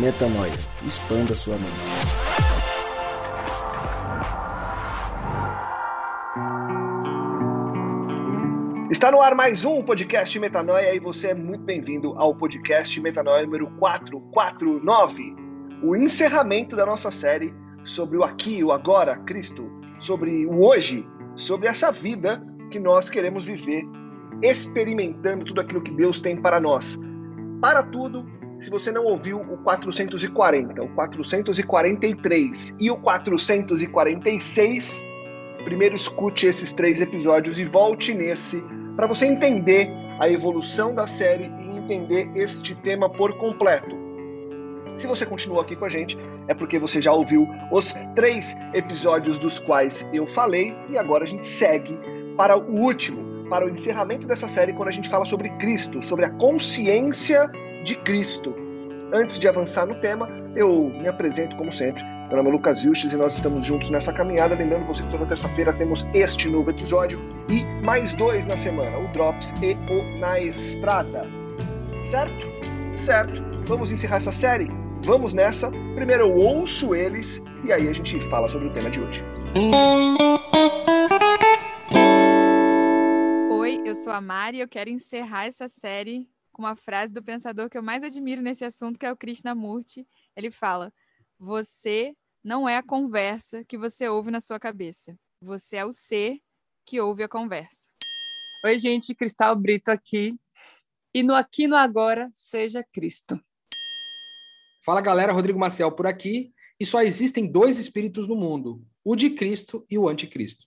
Metanoia. Expanda sua mente. Está no ar mais um podcast Metanoia e você é muito bem-vindo ao podcast Metanoia número 449, o encerramento da nossa série sobre o aqui, o agora, Cristo, sobre o hoje, sobre essa vida que nós queremos viver, experimentando tudo aquilo que Deus tem para nós. Para tudo, se você não ouviu o 440, o 443 e o 446, primeiro escute esses 3 episódios e volte nesse para você entender a evolução da série e entender este tema por completo. Se você continua aqui com a gente, é porque você já ouviu os 3 episódios dos quais eu falei e agora a gente segue para o último, para o encerramento dessa série, quando a gente fala sobre Cristo, sobre a consciência de Cristo. Antes de avançar no tema, eu me apresento como sempre. Meu nome é Lucas Vilches e nós estamos juntos nessa caminhada. Lembrando você que toda terça-feira temos este novo episódio e mais 2 na semana, o Drops e o Na Estrada. Certo? Certo. Vamos encerrar essa série? Vamos nessa. Primeiro eu ouço eles e aí a gente fala sobre o tema de hoje. Oi, eu sou a Mari e eu quero encerrar essa série com uma frase do pensador que eu mais admiro nesse assunto, que é o Krishnamurti. Ele fala: você não é a conversa que você ouve na sua cabeça. Você é o ser que ouve a conversa. Oi, gente, Cristal Brito aqui. E no aqui e no agora, seja Cristo. Fala, galera, Rodrigo Maciel por aqui. E só existem 2 espíritos no mundo, o de Cristo e o anticristo.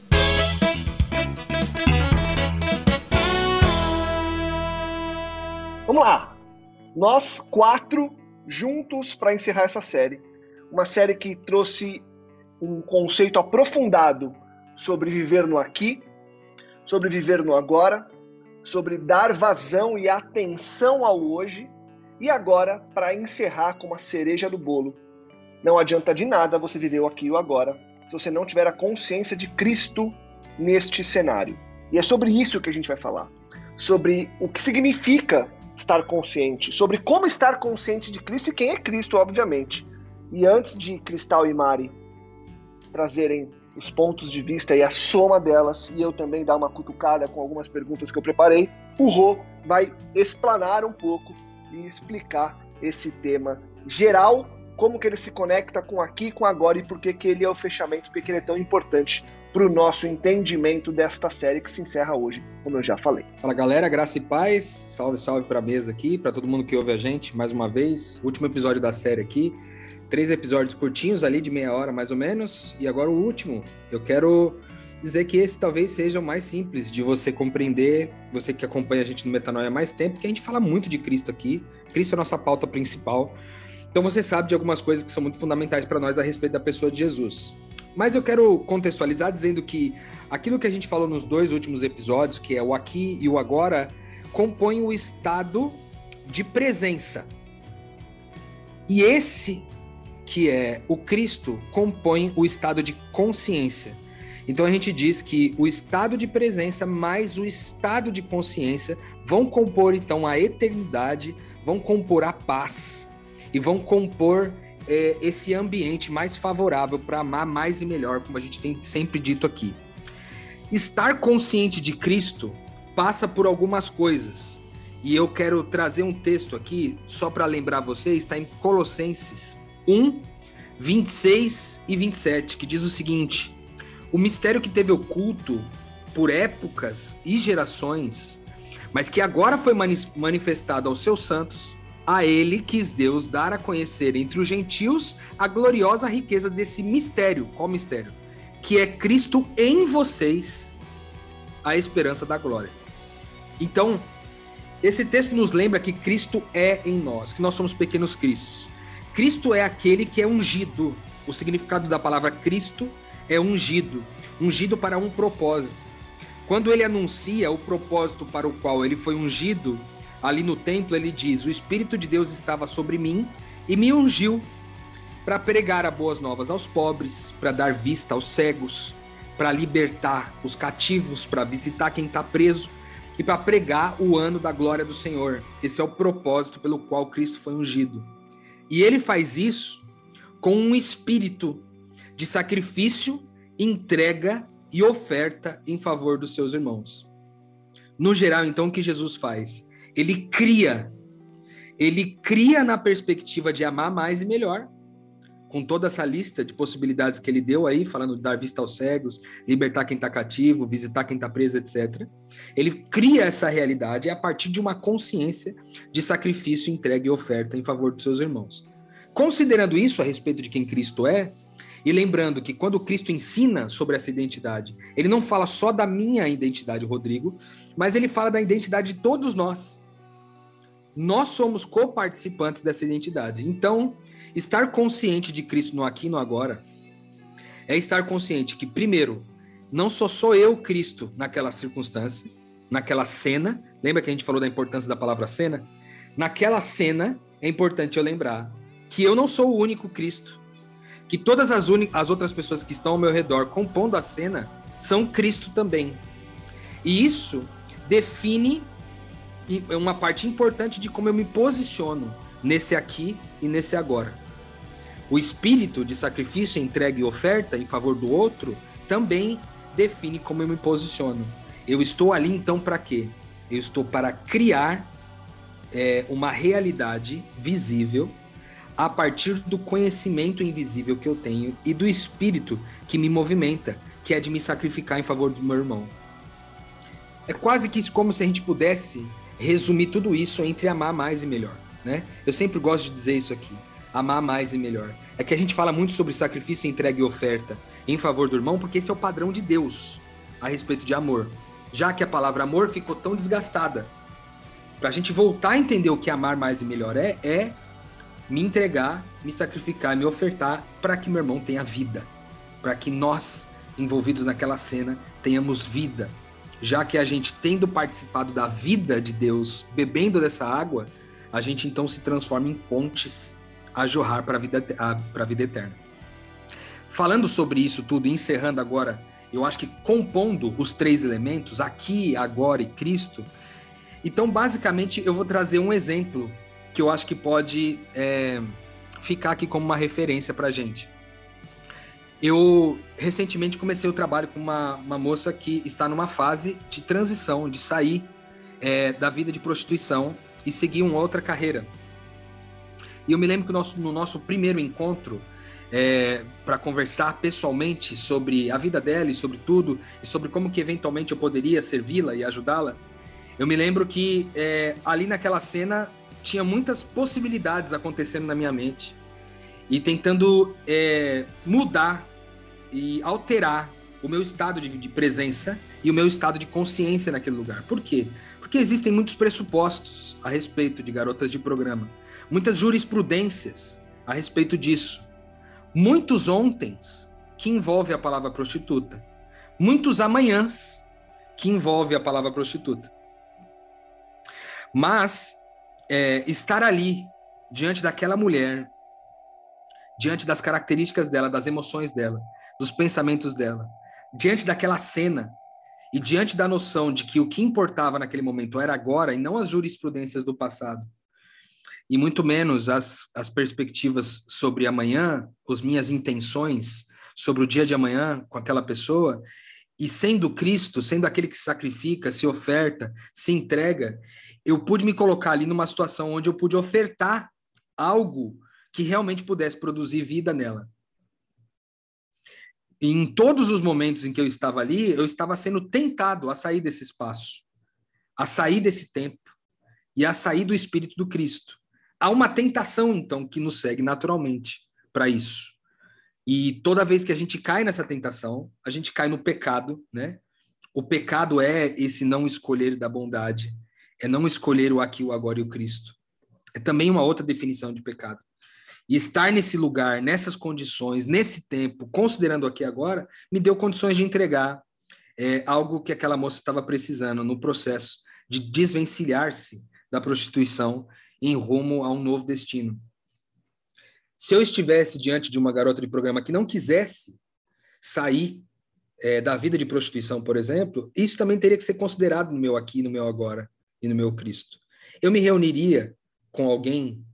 Vamos lá! Nós 4 juntos para encerrar essa série. Uma série que trouxe um conceito aprofundado sobre viver no aqui, sobre viver no agora, sobre dar vazão e atenção ao hoje. E agora, para encerrar com uma cereja do bolo, não adianta de nada você viver o aqui e o agora se você não tiver a consciência de Cristo neste cenário. E é sobre isso que a gente vai falar. Sobre o que significa estar consciente, sobre como estar consciente de Cristo e quem é Cristo, obviamente. E antes de Cristal e Mari trazerem os pontos de vista e a soma delas, e eu também dar uma cutucada com algumas perguntas que eu preparei, o Rô vai explanar um pouco e explicar esse tema geral, como que ele se conecta com aqui, com agora, e por que ele é o fechamento, por que ele é tão importante para o nosso entendimento desta série que se encerra hoje, como eu já falei. Fala, galera, graça e paz, salve, salve para a mesa aqui, para todo mundo que ouve a gente, mais uma vez, último episódio da série aqui, 3 episódios curtinhos ali, de meia hora mais ou menos, e agora o último. Eu quero dizer que esse talvez seja o mais simples de você compreender, você que acompanha a gente no Metanoia há mais tempo, porque a gente fala muito de Cristo aqui, Cristo é a nossa pauta principal, então você sabe de algumas coisas que são muito fundamentais para nós a respeito da pessoa de Jesus. Mas eu quero contextualizar dizendo que aquilo que a gente falou nos 2 últimos episódios, que é o aqui e o agora, compõe o estado de presença. E esse, que é o Cristo, compõe o estado de consciência. Então a gente diz que o estado de presença mais o estado de consciência vão compor então a eternidade, vão compor a paz e vão compor esse ambiente mais favorável para amar mais e melhor, como a gente tem sempre dito aqui. Estar consciente de Cristo passa por algumas coisas. E eu quero trazer um texto aqui, só para lembrar vocês, está em Colossenses 1, 26 e 27, que diz o seguinte: o mistério que teve oculto por épocas e gerações, mas que agora foi manifestado aos seus santos, a ele quis Deus dar a conhecer entre os gentios a gloriosa riqueza desse mistério. Qual mistério? Que é Cristo em vocês, a esperança da glória. Então, esse texto nos lembra que Cristo é em nós, que nós somos pequenos cristos. Cristo é aquele que é ungido. O significado da palavra Cristo é ungido, ungido para um propósito. Quando ele anuncia o propósito para o qual ele foi ungido, ali no templo ele diz: o Espírito de Deus estava sobre mim e me ungiu para pregar as boas novas aos pobres, para dar vista aos cegos, para libertar os cativos, para visitar quem está preso e para pregar o ano da glória do Senhor. Esse é o propósito pelo qual Cristo foi ungido. E ele faz isso com um espírito de sacrifício, entrega e oferta em favor dos seus irmãos. No geral, então, o que Jesus faz? Ele cria na perspectiva de amar mais e melhor, com toda essa lista de possibilidades que ele deu aí, falando de dar vista aos cegos, libertar quem está cativo, visitar quem está preso, etc. Ele cria essa realidade a partir de uma consciência de sacrifício, entrega e oferta em favor dos seus irmãos. Considerando isso a respeito de quem Cristo é, e lembrando que quando Cristo ensina sobre essa identidade, ele não fala só da minha identidade, Rodrigo, mas ele fala da identidade de todos nós. Nós somos coparticipantes dessa identidade. Então, estar consciente de Cristo no aqui e no agora é estar consciente que, primeiro, não sou eu Cristo naquela circunstância, naquela cena. Lembra que a gente falou da importância da palavra cena? Naquela cena, é importante eu lembrar que eu não sou o único Cristo, que todas as outras pessoas que estão ao meu redor compondo a cena são Cristo também. E isso define uma parte importante de como eu me posiciono nesse aqui e nesse agora. O espírito de sacrifício, entrega e oferta em favor do outro também define como eu me posiciono. Eu estou ali então para quê? Eu estou para criar uma realidade visível a partir do conhecimento invisível que eu tenho e do espírito que me movimenta, que é de me sacrificar em favor do meu irmão. É quase que como se a gente pudesse resumir tudo isso entre amar mais e melhor, né? Eu sempre gosto de dizer isso aqui, amar mais e melhor. É que a gente fala muito sobre sacrifício, entrega e oferta em favor do irmão, porque esse é o padrão de Deus a respeito de amor. Já que a palavra amor ficou tão desgastada. Para a gente voltar a entender o que amar mais e melhor é me entregar, me sacrificar, me ofertar para que meu irmão tenha vida. Para que nós, envolvidos naquela cena, tenhamos vida. Já que a gente, tendo participado da vida de Deus, bebendo dessa água, a gente então se transforma em fontes a jorrar para a vida eterna. Falando sobre isso tudo, encerrando agora, eu acho que compondo os três elementos, aqui, agora e Cristo, então basicamente eu vou trazer um exemplo que eu acho que pode ficar aqui como uma referência para a gente. Eu recentemente comecei o trabalho com uma moça que está numa fase de transição, de sair da vida de prostituição e seguir uma outra carreira. E eu me lembro que no nosso primeiro encontro, para conversar pessoalmente sobre a vida dela e sobre tudo, e sobre como que eventualmente eu poderia servi-la e ajudá-la, eu me lembro que ali naquela cena tinha muitas possibilidades acontecendo na minha mente e tentando mudar e alterar o meu estado de presença e o meu estado de consciência naquele lugar. Por quê? Porque existem muitos pressupostos a respeito de garotas de programa, muitas jurisprudências a respeito disso, muitos ontens que envolvem a palavra prostituta, muitos amanhãs que envolvem a palavra prostituta. Mas estar ali, diante daquela mulher, diante das características dela, das emoções dela, dos pensamentos dela, diante daquela cena e diante da noção de que o que importava naquele momento era agora e não as jurisprudências do passado, e muito menos as perspectivas sobre amanhã, as minhas intenções sobre o dia de amanhã com aquela pessoa, e sendo Cristo, sendo aquele que se sacrifica, se oferta, se entrega, eu pude me colocar ali numa situação onde eu pude ofertar algo que realmente pudesse produzir vida nela. E em todos os momentos em que eu estava ali, eu estava sendo tentado a sair desse espaço, a sair desse tempo e a sair do Espírito do Cristo. Há uma tentação, então, que nos segue naturalmente para isso. E toda vez que a gente cai nessa tentação, a gente cai no pecado, né? O pecado é esse não escolher da bondade, é não escolher o aqui, o agora e o Cristo. É também uma outra definição de pecado. E estar nesse lugar, nessas condições, nesse tempo, considerando aqui agora, me deu condições de entregar algo que aquela moça estava precisando no processo de desvencilhar-se da prostituição em rumo a um novo destino. Se eu estivesse diante de uma garota de programa que não quisesse sair da vida de prostituição, por exemplo, isso também teria que ser considerado no meu aqui, no meu agora e no meu Cristo. Eu me reuniria com alguém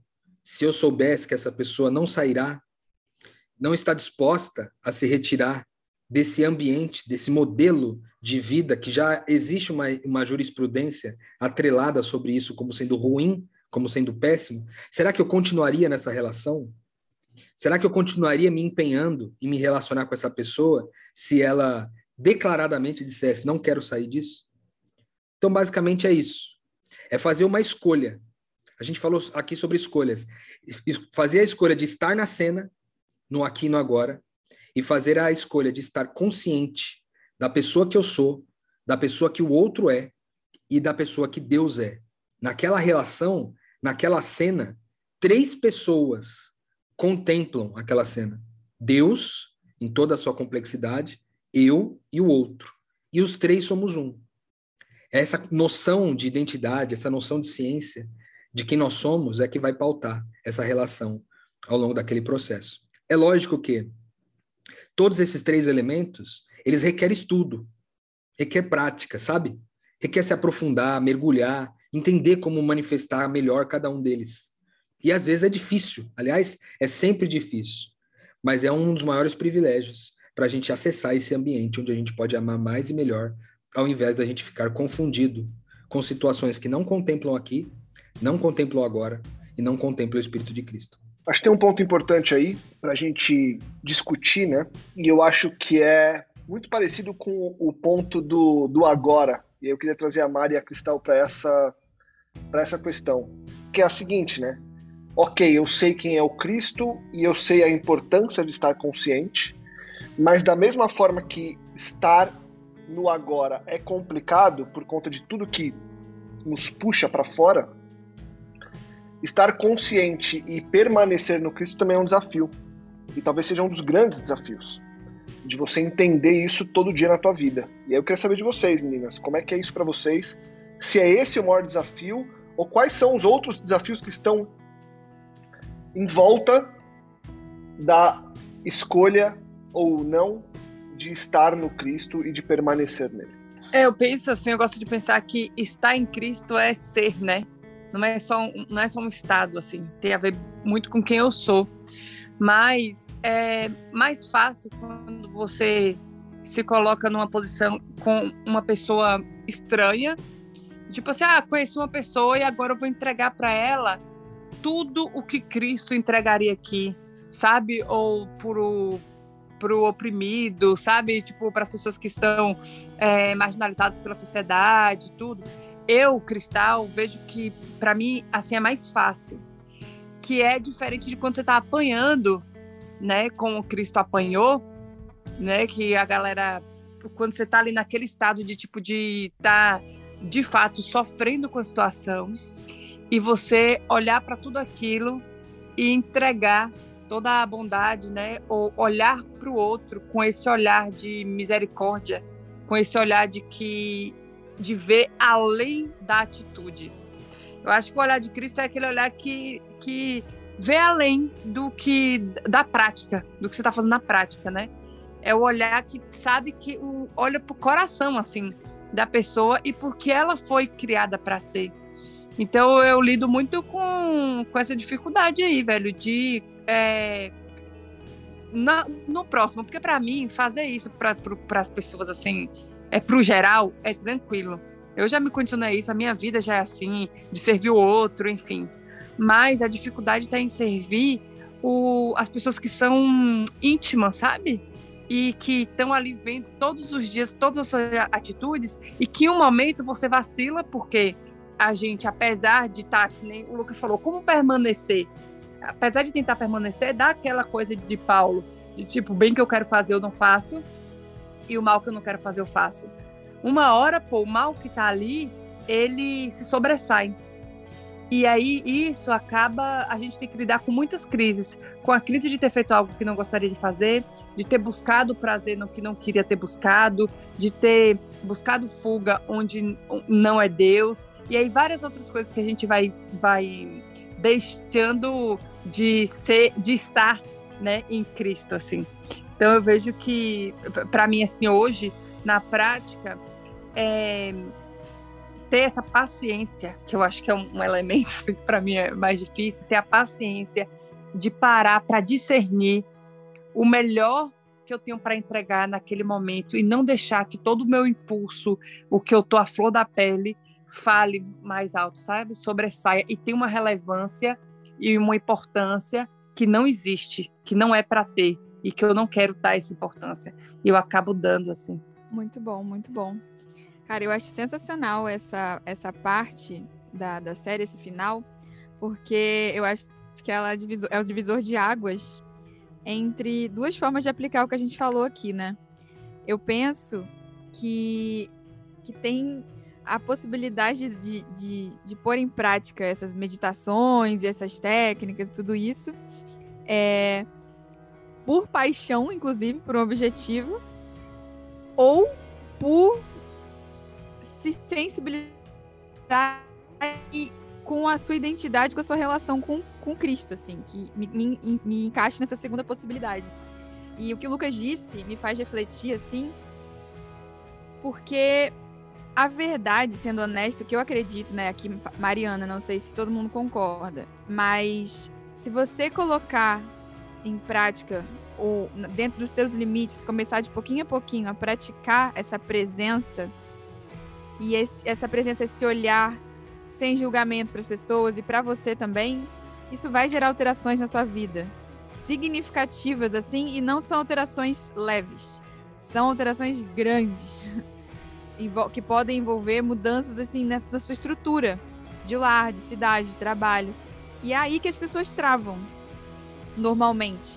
se eu soubesse que essa pessoa não sairá, não está disposta a se retirar desse ambiente, desse modelo de vida que já existe uma jurisprudência atrelada sobre isso como sendo ruim, como sendo péssimo, será que eu continuaria nessa relação? Será que eu continuaria me empenhando em me relacionar com essa pessoa se ela declaradamente dissesse, não quero sair disso? Então, basicamente é isso. É fazer uma escolha. A gente falou aqui sobre escolhas. Fazer a escolha de estar na cena, no aqui e no agora, e fazer a escolha de estar consciente da pessoa que eu sou, da pessoa que o outro é e da pessoa que Deus é. Naquela relação, naquela cena, 3 pessoas contemplam aquela cena. Deus, em toda a sua complexidade, eu e o outro. E os 3 somos um. Essa noção de identidade, essa noção de ciência, de quem nós somos, é que vai pautar essa relação ao longo daquele processo. É lógico que todos esses 3 elementos, eles requerem estudo, requer prática, sabe? Requer se aprofundar, mergulhar, entender como manifestar melhor cada um deles. E às vezes é difícil, aliás, é sempre difícil, mas é um dos maiores privilégios para a gente acessar esse ambiente onde a gente pode amar mais e melhor, ao invés da gente ficar confundido com situações que não contemplam aqui, não contemplam agora e não contemplam o Espírito de Cristo. Acho que tem um ponto importante aí para a gente discutir, né? E eu acho que é muito parecido com o ponto do agora. E eu queria trazer a Mari e a Cristal para essa questão, que é a seguinte, né? Ok, eu sei quem é o Cristo e eu sei a importância de estar consciente, mas da mesma forma que estar no agora é complicado por conta de tudo que nos puxa para fora, estar consciente e permanecer no Cristo também é um desafio. E talvez seja um dos grandes desafios, de você entender isso todo dia na tua vida. E aí eu queria saber de vocês, meninas, como é que é isso para vocês? Se é esse o maior desafio, ou quais são os outros desafios que estão em volta da escolha ou não de estar no Cristo e de permanecer nele? Eu penso assim, eu gosto de pensar que estar em Cristo é ser, né? Não é só um estado, assim, tem a ver muito com quem eu sou. Mas é mais fácil quando você se coloca numa posição com uma pessoa estranha, tipo assim, conheci uma pessoa e agora eu vou entregar para ela tudo o que Cristo entregaria aqui, sabe? Ou pro oprimido, sabe? Tipo, para as pessoas que estão marginalizadas pela sociedade, tudo. Eu, Cristal, vejo que, para mim, assim, é mais fácil. Que é diferente de quando você está apanhando, né? Como Cristo apanhou, né? Que a galera, quando você está ali naquele estado de, tipo, de estar, de fato, sofrendo com a situação, e você olhar para tudo aquilo e entregar toda a bondade, né? Ou olhar para o outro com esse olhar de misericórdia, com esse olhar de ver além da atitude. Eu acho que o olhar de Cristo é aquele olhar que vê além da prática, do que você está fazendo na prática, né? É o olhar que sabe que olha para o coração, assim, da pessoa e porque ela foi criada para ser. Então eu lido muito com essa dificuldade aí, velho, de no próximo, porque para mim fazer isso para as pessoas assim, pro geral, é tranquilo. Eu já me condicionei a isso, a minha vida já é assim, de servir o outro, enfim. Mas a dificuldade está em servir as pessoas que são íntimas, sabe? E que estão ali vendo todos os dias, todas as suas atitudes, e que em um momento você vacila, porque a gente, apesar de estar, que nem o Lucas falou, como permanecer? Apesar de tentar permanecer, dá aquela coisa de Paulo, de tipo, o bem que eu quero fazer eu não faço, e o mal que eu não quero fazer eu faço. Uma hora, o mal que está ali, ele se sobressai. E aí isso acaba, a gente tem que lidar com muitas crises, com a crise de ter feito algo que não gostaria de fazer, de ter buscado prazer no que não queria ter buscado, de ter buscado fuga onde não é Deus, e aí várias outras coisas que a gente vai deixando de estar, né, em Cristo, assim. Então eu vejo que, para mim, assim, hoje, na prática, ter essa paciência, que eu acho que é um elemento assim, que para mim é mais difícil, ter a paciência de parar para discernir o melhor que eu tenho para entregar naquele momento e não deixar que todo o meu impulso, o que eu tô à flor da pele, fale mais alto, sabe? Sobressaia e tem uma relevância e uma importância que não existe, que não é para ter e que eu não quero dar essa importância. E eu acabo dando, assim. Muito bom, muito bom. Cara, eu acho sensacional essa parte da série, esse final, porque eu acho que ela é o divisor de águas entre duas formas de aplicar o que a gente falou aqui, né? Eu penso que tem a possibilidade de pôr em prática essas meditações e essas técnicas e tudo isso, por paixão, inclusive, por um objetivo, ou por se sensibilizar com a sua identidade, com a sua relação com Cristo, assim, que me encaixe nessa segunda possibilidade. E o que o Lucas disse me faz refletir, assim, porque a verdade, sendo honesto, que eu acredito, né, aqui, Mariana, não sei se todo mundo concorda, mas se você colocar em prática, ou dentro dos seus limites, começar de pouquinho a pouquinho a praticar essa presença, e essa presença, esse olhar sem julgamento para as pessoas e para você também, isso vai gerar alterações na sua vida, significativas assim, e não são alterações leves, são alterações grandes, que podem envolver mudanças assim na sua estrutura de lar, de cidade, de trabalho. E é aí que as pessoas travam, normalmente.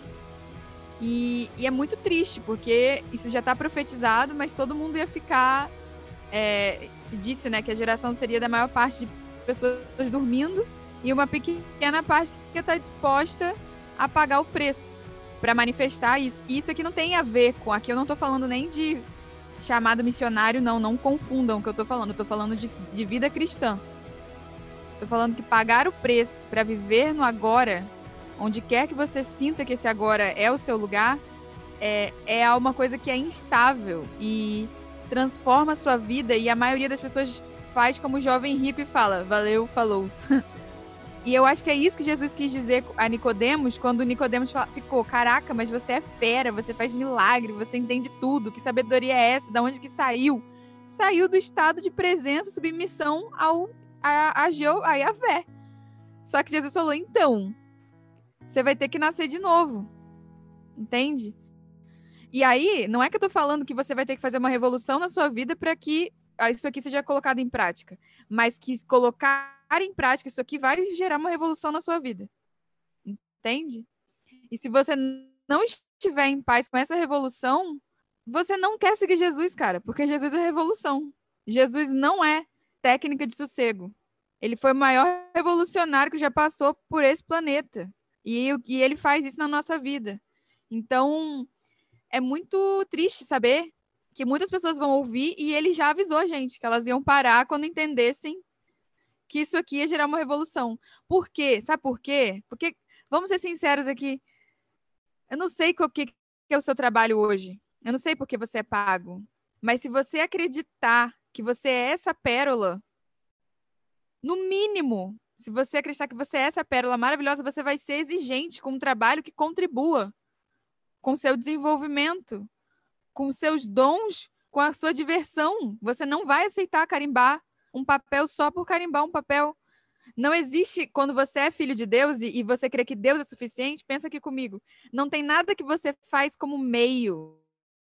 E é muito triste, porque isso já está profetizado, mas todo mundo ia ficar... se disse, né, que a geração seria da maior parte de pessoas dormindo e uma pequena parte que está disposta a pagar o preço para manifestar isso. E isso aqui não tem a ver com... Aqui eu não estou falando nem de chamado missionário, não confundam o que eu estou falando. Eu estou falando de vida cristã. Estou falando que pagar o preço para viver no agora, onde quer que você sinta que esse agora é o seu lugar, é uma coisa que é instável e transforma a sua vida, e a maioria das pessoas faz como o jovem rico e fala, valeu, falou. E eu acho que é isso que Jesus quis dizer a Nicodemos, quando Nicodemos ficou, caraca, mas você é fera, você faz milagre, você entende tudo, que sabedoria é essa, da onde que saiu? Saiu do estado de presença, submissão a Yahvé. Só que Jesus falou, então, você vai ter que nascer de novo, entende? E aí, não é que eu tô falando que você vai ter que fazer uma revolução na sua vida para que isso aqui seja colocado em prática, mas que colocar em prática isso aqui vai gerar uma revolução na sua vida, entende? E se você não estiver em paz com essa revolução, você não quer seguir Jesus, cara, porque Jesus é revolução. Jesus não é técnica de sossego. Ele foi o maior revolucionário que já passou por esse planeta. E ele faz isso na nossa vida. Então, é muito triste saber que muitas pessoas vão ouvir, e ele já avisou a gente que elas iam parar quando entendessem que isso aqui ia gerar uma revolução. Por quê? Sabe por quê? Porque, vamos ser sinceros aqui, eu não sei o que é o seu trabalho hoje. Eu não sei por que você é pago. Mas se você acreditar que você é essa pérola, no mínimo, se você acreditar que você é essa pérola maravilhosa, você vai ser exigente com um trabalho que contribua com o seu desenvolvimento, com os seus dons, com a sua diversão. Você não vai aceitar carimbar um papel só por carimbar um papel. Não existe, quando você é filho de Deus e você crê que Deus é suficiente, pensa aqui comigo, não tem nada que você faz como meio.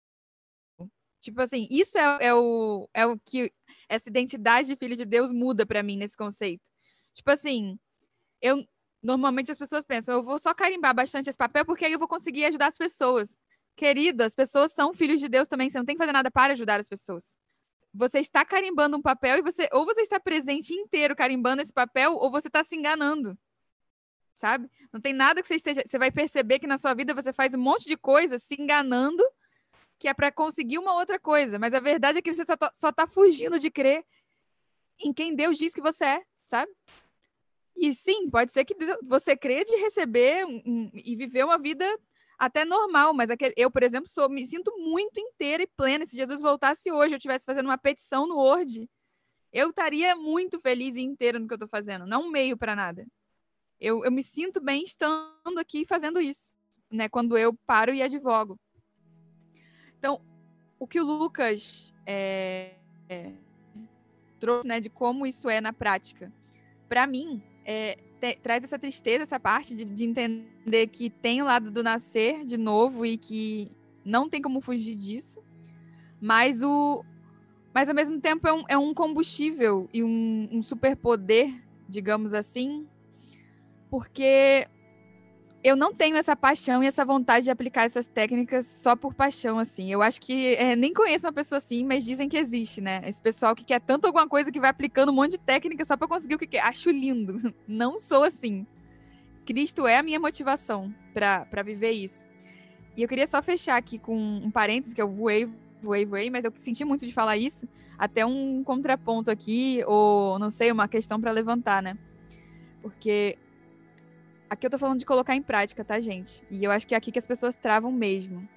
Tipo assim, isso é o que essa identidade de filho de Deus muda pra mim nesse conceito. Tipo assim, normalmente as pessoas pensam, eu vou só carimbar bastante esse papel porque aí eu vou conseguir ajudar as pessoas. Querido, as pessoas são filhos de Deus também, você não tem que fazer nada para ajudar as pessoas. Você está carimbando um papel e ou você está presente inteiro carimbando esse papel, ou você está se enganando, sabe? Não tem nada que você vai perceber que na sua vida você faz um monte de coisa se enganando, que é para conseguir uma outra coisa, mas a verdade é que você só está fugindo de crer em quem Deus diz que você é, sabe? E sim, pode ser que você crê de receber e viver uma vida até normal, mas eu, por exemplo, me sinto muito inteira e plena. Se Jesus voltasse hoje, eu estivesse fazendo uma petição no Word, eu estaria muito feliz e inteira no que eu tô fazendo, não meio para nada. Eu me sinto bem estando aqui fazendo isso, né? Quando eu paro e advogo. Então, o que o Lucas trouxe, né, de como isso é na prática, para mim, traz essa tristeza, essa parte de entender que tem o lado do nascer de novo e que não tem como fugir disso, mas ao mesmo tempo é um combustível e um superpoder, digamos assim, porque eu não tenho essa paixão e essa vontade de aplicar essas técnicas só por paixão, assim. Eu acho que nem conheço uma pessoa assim, mas dizem que existe, né? Esse pessoal que quer tanto alguma coisa que vai aplicando um monte de técnica só para conseguir o que quer. Acho lindo. Não sou assim. Cristo é a minha motivação para viver isso. E eu queria só fechar aqui com um parênteses, que eu voei, mas eu senti muito de falar isso. Até um contraponto aqui, ou não sei, uma questão para levantar, né? Porque aqui eu tô falando de colocar em prática, tá, gente? E eu acho que é aqui que as pessoas travam mesmo.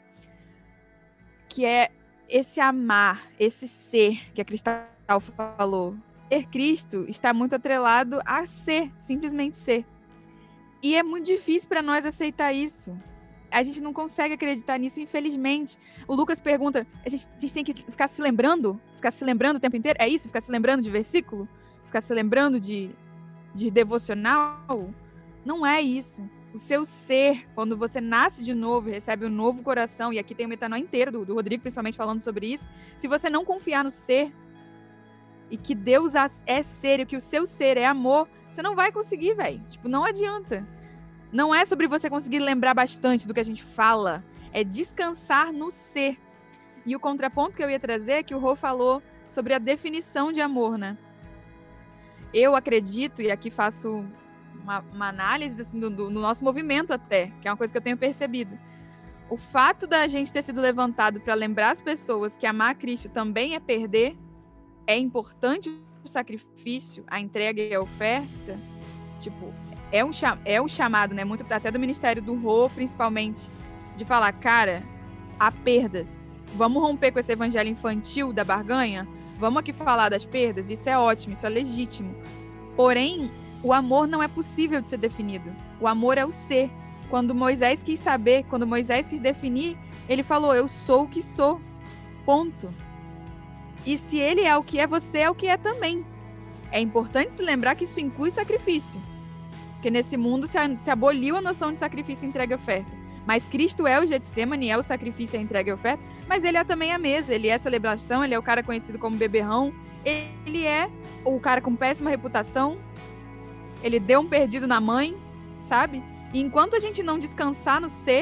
Que é esse amar, esse ser que a Cristal falou. Ser Cristo está muito atrelado a ser, simplesmente ser. E é muito difícil para nós aceitar isso. A gente não consegue acreditar nisso, infelizmente. O Lucas pergunta, a gente tem que ficar se lembrando? Ficar se lembrando o tempo inteiro? É isso? Ficar se lembrando de versículo? Ficar se lembrando de devocional? Não é isso. O seu ser, quando você nasce de novo e recebe um novo coração, e aqui tem o Metanoia inteiro do Rodrigo, principalmente falando sobre isso, se você não confiar no ser, e que Deus é ser, e que o seu ser é amor, você não vai conseguir, velho. Tipo, não adianta. Não é sobre você conseguir lembrar bastante do que a gente fala, é descansar no ser. E o contraponto que eu ia trazer é que o Rô falou sobre a definição de amor, né? Eu acredito, e aqui faço uma análise assim, do nosso movimento até, que é uma coisa que eu tenho percebido. O fato da gente ter sido levantado para lembrar as pessoas que amar a Cristo também é perder, é importante o sacrifício, a entrega e a oferta, tipo, é um chamado, né, muito até do ministério do Rô, principalmente, de falar, cara, há perdas. Vamos romper com esse evangelho infantil da barganha? Vamos aqui falar das perdas? Isso é ótimo, isso é legítimo. Porém, o amor não é possível de ser definido. O amor é o ser. Quando Moisés quis saber, quando Moisés quis definir, ele falou, eu sou o que sou. Ponto. E se ele é o que é, você é o que é também. É importante se lembrar que isso inclui sacrifício. Porque nesse mundo se aboliu a noção de sacrifício, entrega e oferta. Mas Cristo é o Getsemane, é o sacrifício, a entrega e oferta, mas ele é também a mesa, ele é a celebração, ele é o cara conhecido como beberrão, ele é o cara com péssima reputação, ele deu um perdido na mãe, sabe? E enquanto a gente não descansar no ser,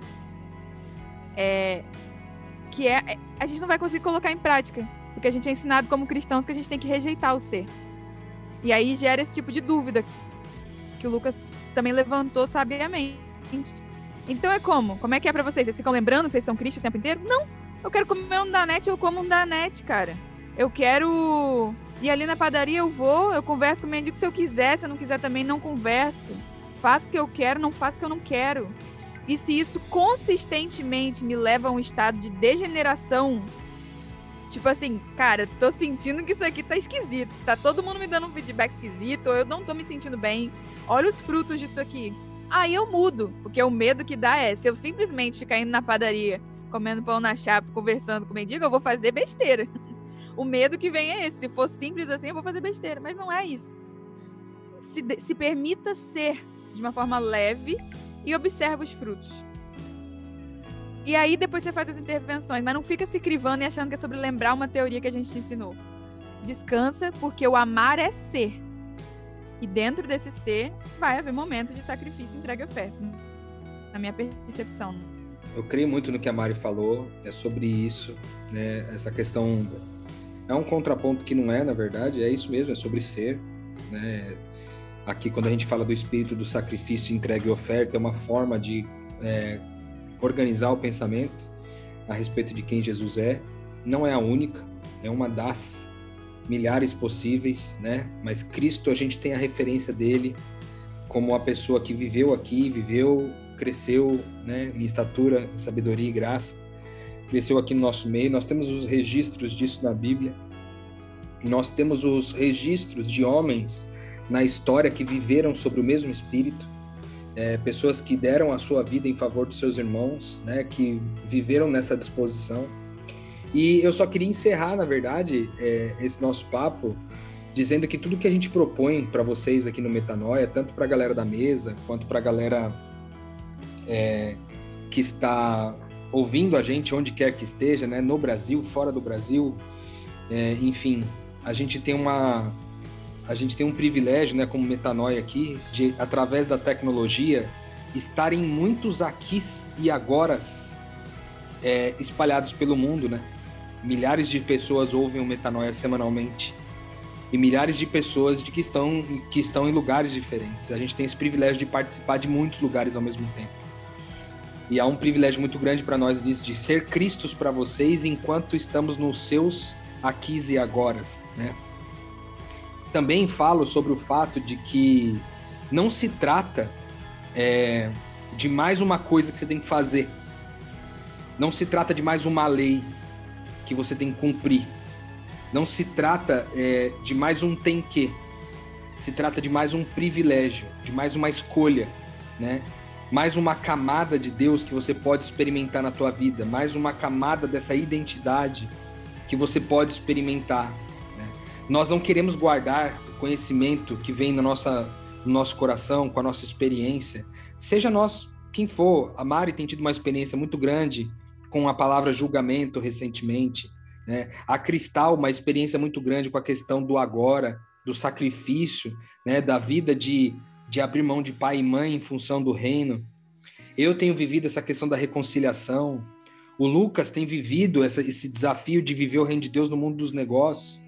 a gente não vai conseguir colocar em prática. Porque a gente é ensinado como cristãos que a gente tem que rejeitar o ser. E aí gera esse tipo de dúvida que o Lucas também levantou sabiamente. Então como é que é pra vocês? Vocês ficam lembrando que vocês são Cristo o tempo inteiro? Não, eu quero comer um Danete, eu como um Danete, cara. Eu quero ir ali na padaria, eu converso com o mendigo se eu quiser, se eu não quiser também não converso. Faço o que eu quero, não faço o que eu não quero. E se isso consistentemente me leva a um estado de degeneração, tipo assim, cara, tô sentindo que isso aqui tá esquisito, tá todo mundo me dando um feedback esquisito, ou eu não tô me sentindo bem, olha os frutos disso aqui. Aí eu mudo, porque o medo que dá se eu simplesmente ficar indo na padaria, comendo pão na chapa, conversando com o mendigo, eu vou fazer besteira. O medo que vem é esse, se for simples assim, eu vou fazer besteira, mas não é isso. Se permita ser de uma forma leve e observa os frutos. E aí depois você faz as intervenções, mas não fica se crivando e achando que é sobre lembrar uma teoria que a gente te ensinou. Descansa, porque o amar é ser. E dentro desse ser, vai haver momentos de sacrifício, entrega e oferta. Na minha percepção. Eu creio muito no que a Mari falou, é sobre isso, né? Essa questão é um contraponto que não é, na verdade, é isso mesmo, é sobre ser, né? Aqui, quando a gente fala do espírito do sacrifício, entrega e oferta, é uma forma de organizar o pensamento a respeito de quem Jesus é. Não é a única, é uma das milhares possíveis, né? Mas Cristo, a gente tem a referência dele como a pessoa que viveu aqui, cresceu, né, em estatura, sabedoria e graça, cresceu aqui no nosso meio. Nós temos os registros disso na Bíblia. Nós temos os registros de homens na história que viveram sobre o mesmo espírito, pessoas que deram a sua vida em favor dos seus irmãos, né, que viveram nessa disposição. E eu só queria encerrar, na verdade, esse nosso papo dizendo que tudo que a gente propõe para vocês aqui no Metanoia, tanto para a galera da mesa, quanto para a galera que está ouvindo a gente onde quer que esteja, né, no Brasil, fora do Brasil, enfim, a gente tem um privilégio, né, como Metanoia aqui, de, através da tecnologia, estar em muitos aquis e agoras espalhados pelo mundo, né? Milhares de pessoas ouvem o Metanoia semanalmente e milhares de pessoas que estão em lugares diferentes. A gente tem esse privilégio de participar de muitos lugares ao mesmo tempo. E há um privilégio muito grande para nós disso, de ser Cristos para vocês enquanto estamos nos seus aquis e agoras, né? Também falo sobre o fato de que não se trata de mais uma coisa que você tem que fazer. Não se trata de mais uma lei que você tem que cumprir. Não se trata de mais um tem que. Se trata de mais um privilégio, de mais uma escolha, né? Mais uma camada de Deus que você pode experimentar na tua vida, mais uma camada dessa identidade que você pode experimentar. Nós não queremos guardar o conhecimento que vem no nosso coração, com a nossa experiência. Seja nós quem for. A Mari tem tido uma experiência muito grande com a palavra julgamento recentemente, né? A Cristal, uma experiência muito grande com a questão do agora, do sacrifício, né? Da vida de abrir mão de pai e mãe em função do reino. Eu tenho vivido essa questão da reconciliação. O Lucas tem vivido esse desafio de viver o reino de Deus no mundo dos negócios.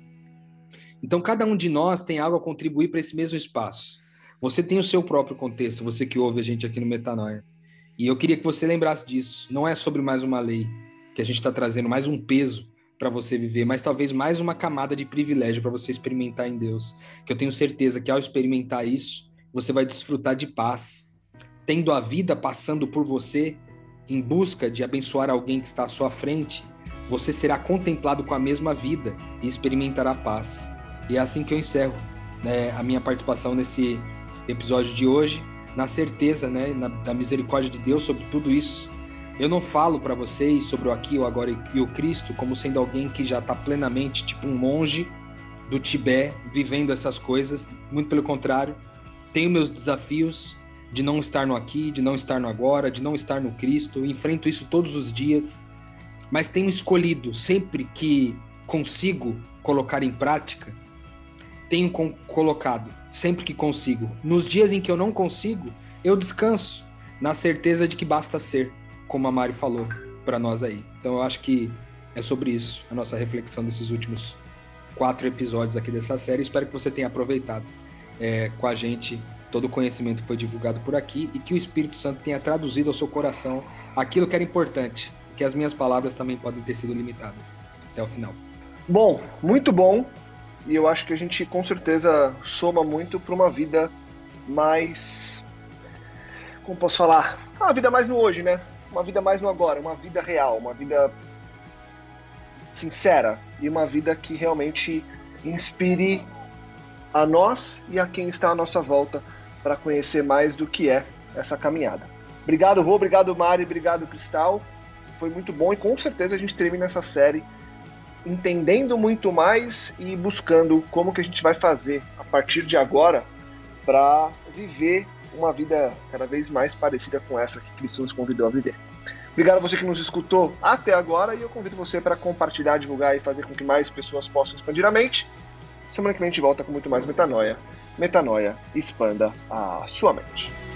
Então, cada um de nós tem algo a contribuir para esse mesmo espaço. Você tem o seu próprio contexto, você que ouve a gente aqui no Metanoia. E eu queria que você lembrasse disso. Não é sobre mais uma lei que a gente está trazendo, mais um peso para você viver, mas talvez mais uma camada de privilégio para você experimentar em Deus. Que eu tenho certeza que ao experimentar isso, você vai desfrutar de paz. Tendo a vida passando por você, em busca de abençoar alguém que está à sua frente, você será contemplado com a mesma vida e experimentará paz. E é assim que eu encerro, né, a minha participação nesse episódio de hoje, na certeza, né, da misericórdia de Deus sobre tudo isso. Eu não falo para vocês sobre o aqui, o agora e o Cristo como sendo alguém que já está plenamente, tipo um monge do Tibete, vivendo essas coisas. Muito pelo contrário, tenho meus desafios de não estar no aqui, de não estar no agora, de não estar no Cristo. Enfrento isso todos os dias, mas tenho escolhido, sempre que consigo colocar em prática, tenho colocado, sempre que consigo. Nos dias em que eu não consigo, eu descanso, na certeza de que basta ser, como a Mari falou para nós aí. Então eu acho que é sobre isso, a nossa reflexão desses últimos 4 episódios aqui dessa série. Espero que você tenha aproveitado com a gente todo o conhecimento que foi divulgado por aqui e que o Espírito Santo tenha traduzido ao seu coração aquilo que era importante, que as minhas palavras também podem ter sido limitadas. Até o final. Bom, muito bom. E eu acho que a gente, com certeza, soma muito para uma vida mais... Como posso falar? Uma vida mais no hoje, né? Uma vida mais no agora, uma vida real, uma vida sincera e uma vida que realmente inspire a nós e a quem está à nossa volta para conhecer mais do que é essa caminhada. Obrigado, Rô, obrigado, Mari, obrigado, Cristal. Foi muito bom e com certeza a gente termina essa série entendendo muito mais e buscando como que a gente vai fazer a partir de agora para viver uma vida cada vez mais parecida com essa que Cristo nos convidou a viver. Obrigado a você que nos escutou até agora e eu convido você para compartilhar, divulgar e fazer com que mais pessoas possam expandir a mente. Semana que vem a gente volta com muito mais Metanoia. Metanoia, expanda a sua mente.